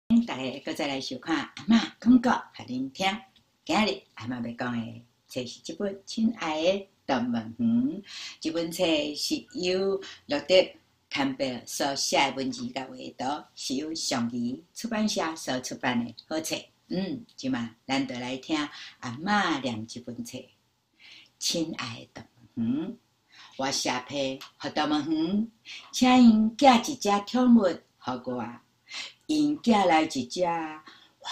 大家搁再来收看阿嬷讲故互恁听。今日阿嬷要讲的册是这本《亲爱的动物园》。这本册是由罗德·坎贝尔所写的文字甲画图，是由上义出版社所出版的好册。即嘛，咱就来听阿嬷念这本册《亲爱的动物园》。我写批互动物园，请因寄一只宠物互我。因寄来一只，哇，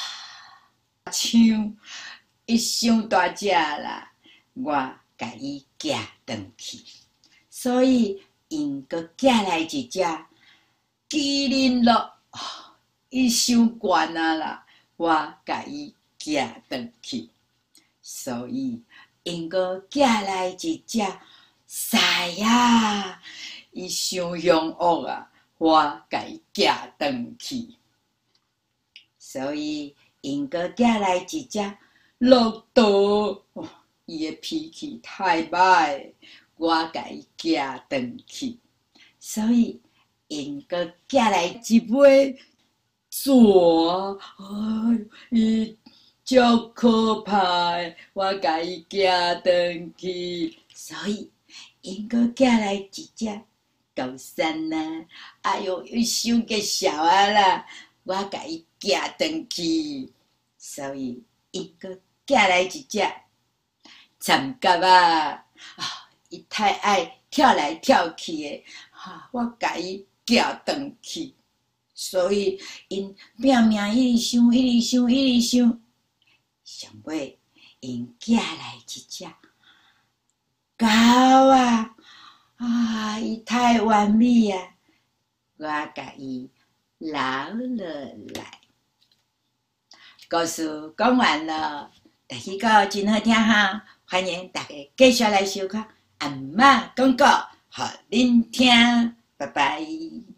像伊伤大只啦，我甲伊寄转去，所以因阁寄来一只麒麟咯，伊伤悬啊啦，我甲伊寄转去，所以因阁寄来一只狮啊，伊伤凶恶啊，我甲伊寄转去。所以，因阁寄来一只骆驼，伊的脾气太歹，我甲伊寄转去。所以，因阁寄来一尾蛇，伊足可怕的，我甲伊寄转去。所以，因阁寄来一只高山啊，哎哟，伊伤个小啊啦，我甲伊寄转去，所以伊阁寄来一只长甲啊，伊太爱跳来跳去的，我甲伊寄转去，所以因拼命一直想，一直想，一直想，上尾因寄来一只狗啊，伊太完美啊，我甲伊留落来。故事讲完了，大家讲真好听哈！欢迎大家继续来收看阿嬷讲故，互恁听，拜拜。